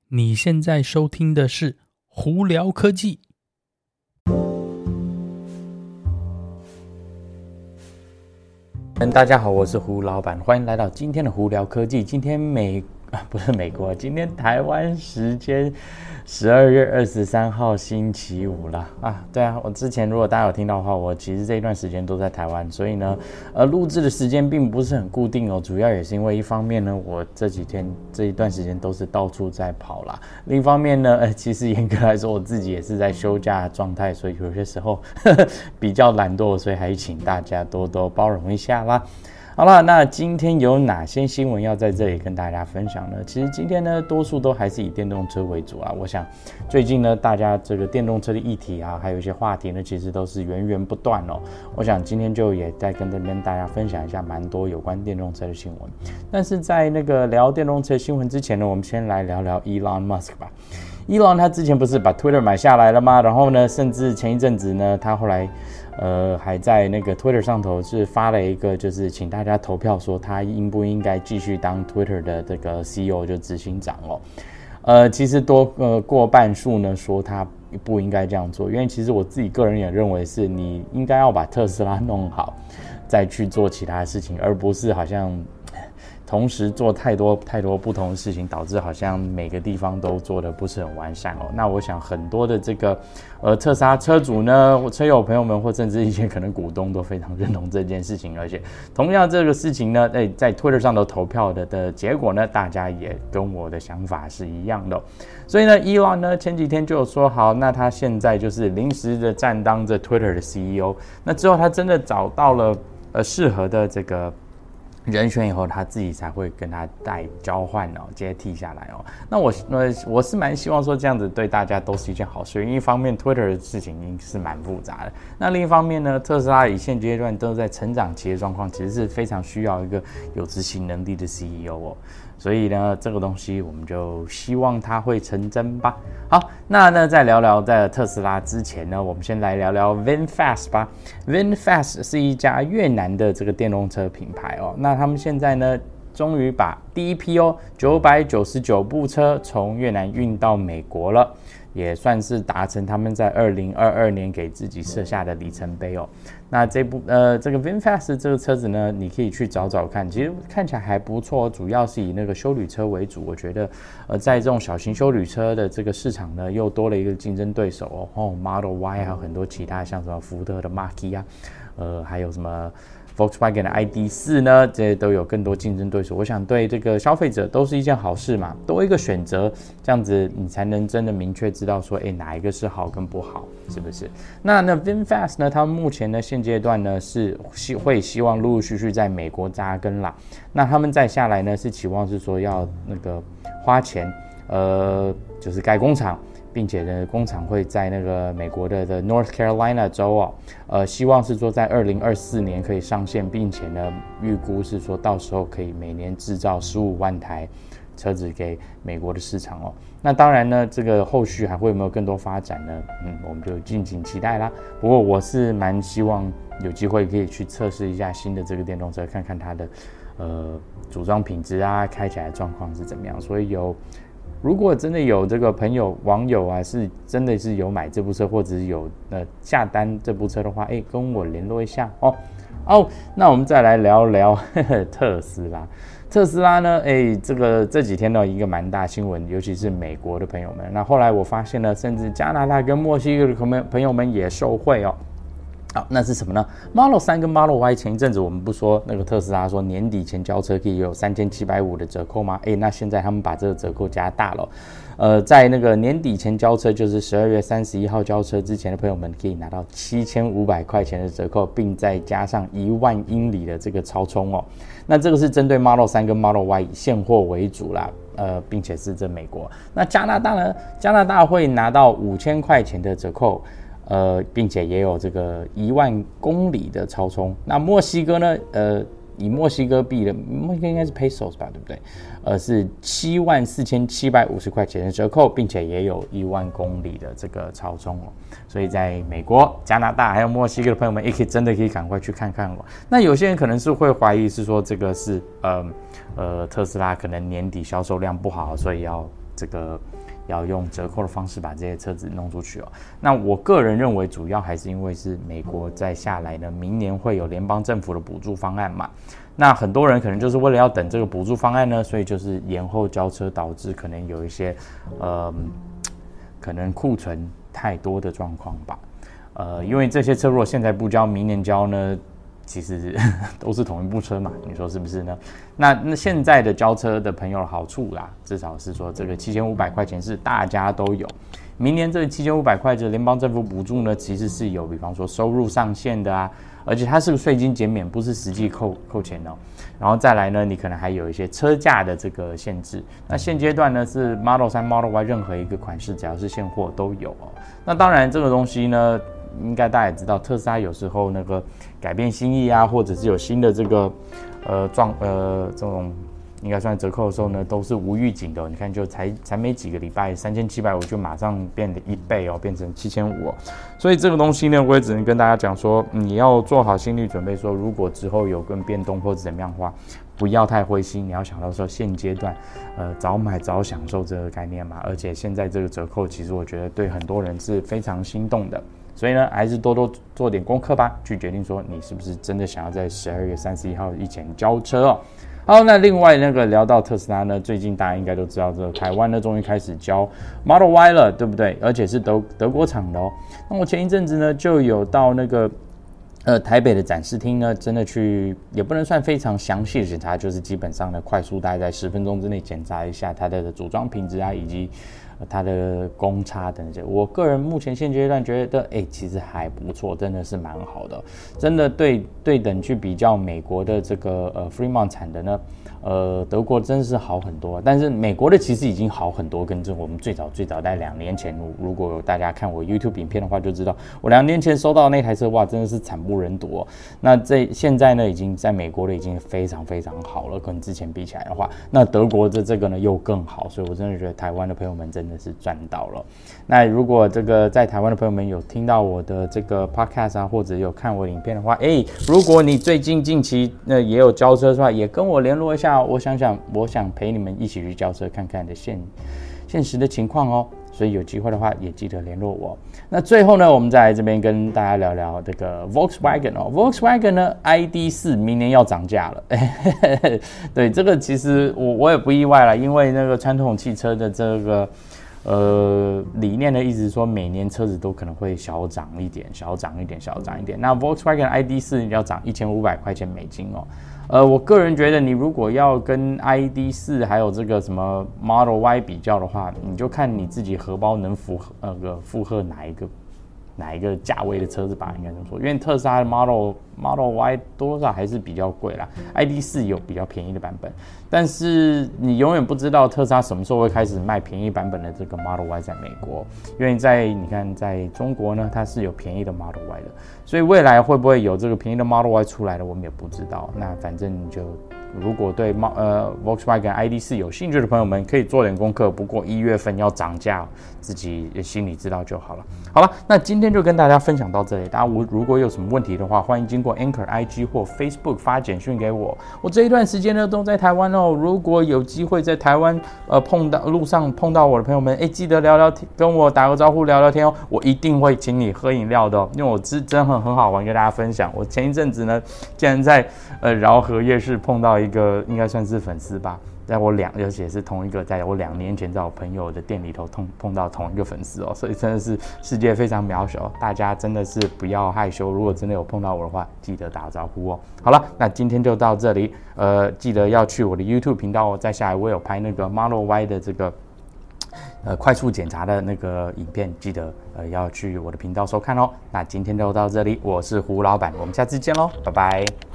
你现在收听的是胡聊科技。大家好，我是胡老板，欢迎来到今天的胡聊科技。今天今天台湾时间12月23号星期五啦。对啊，我之前如果大家有听到的话，我其实这一段时间都在台湾，所以呢，录制的时间并不是很固定哦。主要也是因为一方面呢，我这一段时间都是到处在跑啦。另一方面呢，其实严格来说，我自己也是在休假的状态，所以有些时候比较懒惰，所以还请大家多多包容一下啦。好了，那今天有哪些新闻要在这里跟大家分享呢？其实今天呢，多数都还是以电动车为主啊。我想最近呢，大家这个电动车的议题啊，还有一些话题呢，其实都是源源不断哦。我想今天就也在跟大家分享一下蛮多有关电动车的新闻。但是在那个聊电动车新闻之前呢，我们先来聊聊 Elon Musk 吧。Elon 他之前不是把 Twitter 买下来了吗？然后呢，甚至前一阵子呢，他后来还在那个 Twitter 上头是发了一个，就是请大家投票说他应不应该继续当 Twitter 的这个 CEO 就执行长哦。其实过半数呢说他不应该这样做，因为其实我自己个人也认为是你应该要把特斯拉弄好，再去做其他的事情，而不是好像同时做太多不同的事情，导致好像每个地方都做得不是很完善哦。那我想很多的这个特斯拉车主呢，车友朋友们，或甚至一些可能股东都非常认同这件事情，而且同样这个事情呢，在 Twitter 上头投票的结果呢，大家也跟我的想法是一样的哦。所以呢 ，Elon 呢前几天就有说好，那他现在就是临时的暂当着 Twitter 的 CEO。那之后他真的找到了适合的这个人选以后，他自己才会跟他交换哦，接替下来哦。那我是蛮希望说这样子对大家都是一件好事，因为一方面 Twitter 的事情已经是蛮复杂的，那另一方面呢，特斯拉以现阶段都在成长期的状况，其实是非常需要一个有执行能力的 CEO 哦。所以呢，这个东西我们就希望它会成真吧。好，那呢，在聊聊在特斯拉之前呢，我们先来聊聊 VinFast 吧。VinFast 是一家越南的这个电动车品牌哦。那他们现在呢，终于把第一批999部车从越南运到美国了，也算是达成他们在2022年给自己设下的里程碑哦。那这个 VinFast 这个车子呢，你可以去找找看，其实看起来还不错，主要是以那个休旅车为主。我觉得在这种小型休旅车的这个市场呢，又多了一个竞争对手哦，Model Y 还有很多其他像什么福特的 Mach-E 啊，还有什么Volkswagen 的 ID.4 呢，这些都有更多竞争对手。我想对这个消费者都是一件好事嘛，多一个选择，这样子你才能真的明确知道说，哪一个是好跟不好，是不是？那 VinFast 呢，他们目前呢现阶段呢是会希望陆陆续续在美国扎根啦。那他们再下来呢是期望是说要那个花钱，就是盖工厂。并且呢，工厂会在那个美国的 North Carolina 州希望是说在2024年可以上线，并且呢，预估是说到时候可以每年制造15万台车子给美国的市场哦。那当然呢，这个后续还会有没有更多发展呢？我们就敬请期待啦。不过我是蛮希望有机会可以去测试一下新的这个电动车，看看它的组装品质啊，开起来的状况是怎么样。所以如果真的有这个网友啊，是真的是有买这部车，或者是有下单这部车的话，跟我联络一下哦。那我们再来聊聊特斯拉。特斯拉呢，这几天呢一个蛮大新闻，尤其是美国的朋友们。那后来我发现呢，甚至加拿大跟墨西哥的朋友们也受惠哦。好，那是什么呢 ？Model 3跟 Model Y 前一阵子我们不说那个特斯拉说年底前交车可以有3750的折扣吗？那现在他们把这个折扣加大了。在那个年底前交车，就是12月31号交车之前的朋友们可以拿到7500块钱的折扣，并再加上1万英里的这个超充哦。那这个是针对 Model 3跟 Model Y 以现货为主啦。并且是在美国。那加拿大呢？加拿大会拿到5000块钱的折扣。并且也有这个1万公里的超充。那墨西哥呢？以墨西哥币的，墨西哥应该是 pesos 吧，对不对？是74750块钱的折扣，并且也有1万公里的这个超充哦。所以在美国、加拿大还有墨西哥的朋友们，真的可以赶快去看看哦。那有些人可能是会怀疑是说这个是特斯拉可能年底销售量不好，所以要这个要用折扣的方式把这些车子弄出去哦。那我个人认为，主要还是因为是美国再下来呢，明年会有联邦政府的补助方案嘛。那很多人可能就是为了要等这个补助方案呢，所以就是延后交车，导致可能有一些可能库存太多的状况吧。因为这些车如果现在不交，明年交呢，其实都是同一部车嘛，你说是不是呢？那现在的交车的朋友的好处啦，至少是说这个7500块钱是大家都有。明年这个7500块的联邦政府补助呢，其实是有，比方说收入上限的啊，而且它是个税金减免，不是实际扣钱哦。然后再来呢，你可能还有一些车价的这个限制。那现阶段呢是 Model 3、Model Y 任何一个款式，只要是现货都有哦。那当然这个东西呢，应该大家也知道，特斯拉有时候那个改变心意啊，或者是有新的这个这种应该算折扣的时候呢，都是无预警的。你看，就才没几个礼拜，3750就马上变得1倍哦，变成7500。所以这个东西呢，我也只能跟大家讲说，你要做好心理准备，说如果之后有跟变动或者怎么样的话，不要太灰心。你要想到说现阶段，早买早享受这个概念嘛。而且现在这个折扣，其实我觉得对很多人是非常心动的。所以呢，还是多多做点功课吧，去决定说你是不是真的想要在12月31号以前交车哦。好，那另外那个聊到特斯拉呢，最近大家应该都知道，这个台湾呢终于开始交 Model Y 了，对不对？而且是德国厂的哦。那我前一阵子呢就有到那个台北的展示厅呢，真的去也不能算非常详细的检查，就是基本上呢快速大概在10分钟之内检查一下它的组装品质啊，以及它的公差等等。我个人目前现阶段觉得，其实还不错，真的是蛮好的，真的对等去比较美国的这个Fremont 产的呢，德国真是好很多，但是美国的其实已经好很多，跟着我们最早在2年前，如果有大家看我 YouTube 影片的话，就知道我2年前收到的那台车，哇，真的是惨不忍睹哦。那现在呢，已经在美国的已经非常非常好了，跟之前比起来的话，那德国的这个呢又更好，所以我真的觉得台湾的朋友们真的是赚到了。那如果这个在台湾的朋友们有听到我的这个 podcast 啊，或者有看我的影片的话，如果你近期也有交车的话，也跟我联络一下。我想陪你们一起去交车，看看的现实的情况哦。所以有机会的话，也记得联络我。那最后呢，我们再来这边跟大家聊聊这个 Volkswagen 哦。Volkswagen 呢 ID.4 明年要涨价了。对，这个其实我也不意外啦，因为那个传统汽车的这个理念的意思是说，每年车子都可能会小涨一点。那 Volkswagen ID.4 要涨1500块钱美金哦。我个人觉得，你如果要跟 ID.4 还有这个什么 Model Y 比较的话，你就看你自己荷包能负荷哪一个价位的车子吧，应该这么说。因为特斯拉的 Model Y 多少还是比较贵啦 ，ID.4 有比较便宜的版本，但是你永远不知道特斯拉什么时候会开始卖便宜版本的这个 Model Y 在美国，因为你看在中国呢，它是有便宜的 Model Y 的，所以未来会不会有这个便宜的 Model Y 出来的，我们也不知道。那反正如果对Volkswagen ID.4 有兴趣的朋友们，可以做点功课。不过1月份要涨价，自己心里知道就好了。好了，那今天就跟大家分享到这里。大家如果有什么问题的话，欢迎经过 Anchor、IG 或 Facebook 发简讯给我。我这一段时间呢都在台湾哦。如果有机会在台湾路上碰到我的朋友们，记得聊聊天，跟我打个招呼聊聊天哦。我一定会请你喝饮料的哦，因为我真的很好玩，跟大家分享。我前一阵子呢，竟然在饶河夜市碰到一个应该算是粉丝吧，而且是同一个，在我2年前在我朋友的店里头碰到同一个粉丝哦，所以真的是世界非常渺小，大家真的是不要害羞，如果真的有碰到我的话，记得打招呼哦。好了，那今天就到这里，记得要去我的 YouTube 频道哦，再下来我有拍那个 Model Y 的这个快速检查的那个影片，记得要去我的频道收看哦。那今天就到这里，我是胡老板，我们下次见喽，拜拜。